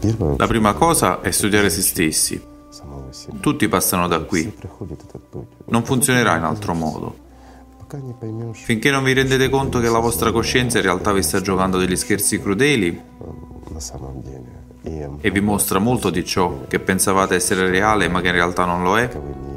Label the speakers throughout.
Speaker 1: La prima cosa è studiare se stessi. Tutti passano da qui. Non funzionerà in altro modo. Finché non vi rendete conto che la vostra coscienza in realtà vi sta giocando degli scherzi crudeli e vi mostra molto di ciò che pensavate essere reale ma che in realtà non lo è,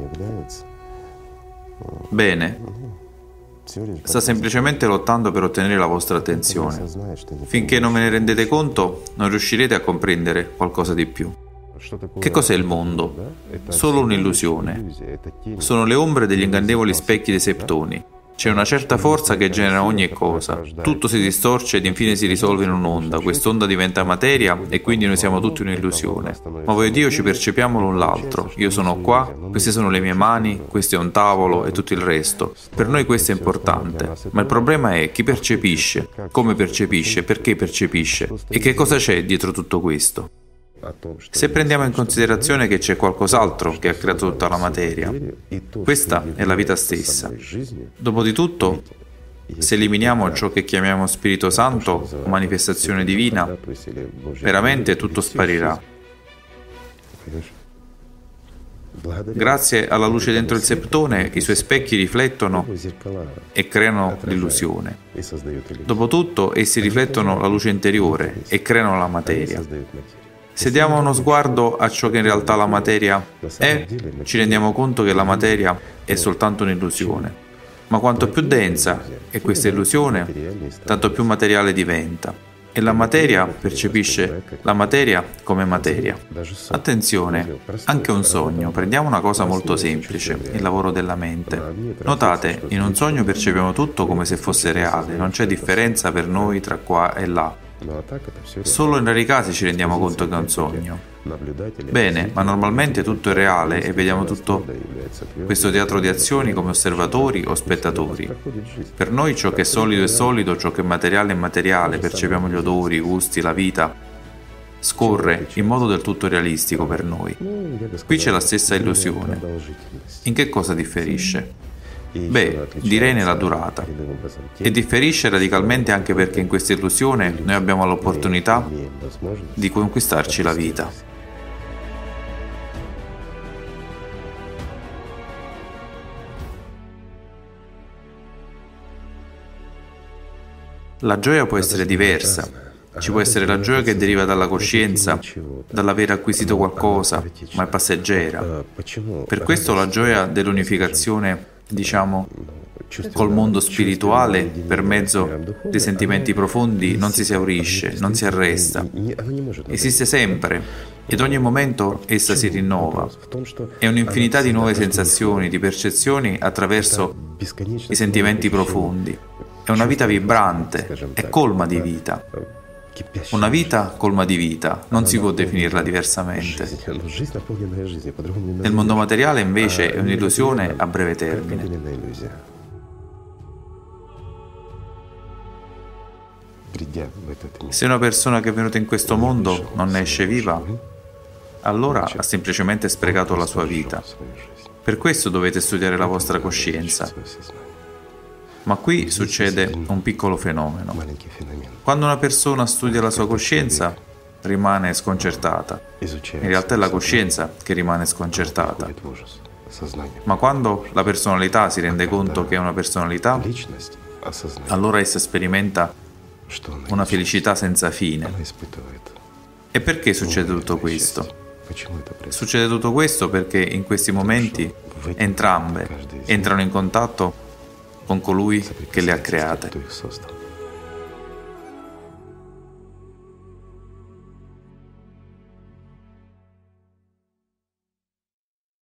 Speaker 1: bene, sta semplicemente lottando per ottenere la vostra attenzione. Finché non ve ne rendete conto, non riuscirete a comprendere qualcosa di più. Che cos'è il mondo? Solo un'illusione. Sono le ombre degli ingannevoli specchi dei septoni. C'è una certa forza che genera ogni cosa. Tutto si distorce ed infine si risolve in un'onda. Quest'onda diventa materia e quindi noi siamo tutti un'illusione. Ma voi ed io ci percepiamo l'un l'altro. Io sono qua, queste sono le mie mani, questo è un tavolo e tutto il resto. Per noi questo è importante. Ma il problema è chi percepisce, come percepisce, perché percepisce e che cosa c'è dietro tutto questo. Se prendiamo in considerazione che c'è qualcos'altro che ha creato tutta la materia, questa è la vita stessa. Dopotutto, se eliminiamo ciò che chiamiamo Spirito Santo o manifestazione divina, veramente tutto sparirà. Grazie alla luce dentro il septone, i suoi specchi riflettono e creano l'illusione. Dopotutto, essi riflettono la luce interiore e creano la materia. Se diamo uno sguardo a ciò che in realtà la materia è, ci rendiamo conto che la materia è soltanto un'illusione. Ma quanto più densa è questa illusione, tanto più materiale diventa. E la materia percepisce la materia come materia. Attenzione, anche un sogno. Prendiamo una cosa molto semplice, il lavoro della mente. Notate, in un sogno percepiamo tutto come se fosse reale, non c'è differenza per noi tra qua e là. Solo in rari casi ci rendiamo conto che è un sogno. Bene, ma normalmente tutto è reale e vediamo tutto questo teatro di azioni come osservatori o spettatori. Per noi ciò che è solido è solido, ciò che è materiale è materiale, percepiamo gli odori, i gusti, la vita. Scorre in modo del tutto realistico per noi. Qui c'è la stessa illusione. In che cosa differisce? Beh, direi nella durata. E differisce radicalmente anche perché in questa illusione noi abbiamo l'opportunità di conquistarci la vita. La gioia può essere diversa. Ci può essere la gioia che deriva dalla coscienza, dall'aver acquisito qualcosa, ma è passeggera. Per questo la gioia dell'unificazione, diciamo, col mondo spirituale, per mezzo dei sentimenti profondi, non si esaurisce, non si arresta. Esiste sempre, ed ogni momento essa si rinnova. È un'infinità di nuove sensazioni, di percezioni attraverso i sentimenti profondi. È una vita vibrante, è colma di vita. Una vita colma di vita, non si può definirla diversamente. Nel mondo materiale invece è un'illusione a breve termine. Se una persona che è venuta in questo mondo non ne esce viva, allora ha semplicemente sprecato la sua vita. Per questo dovete studiare la vostra coscienza. Ma qui succede un piccolo fenomeno. Quando una persona studia la sua coscienza, rimane sconcertata. In realtà è la coscienza che rimane sconcertata. Ma quando la personalità si rende conto che è una personalità, allora essa sperimenta una felicità senza fine. E perché succede tutto questo? Succede tutto questo perché in questi momenti entrambe entrano in contatto con colui che le ha create.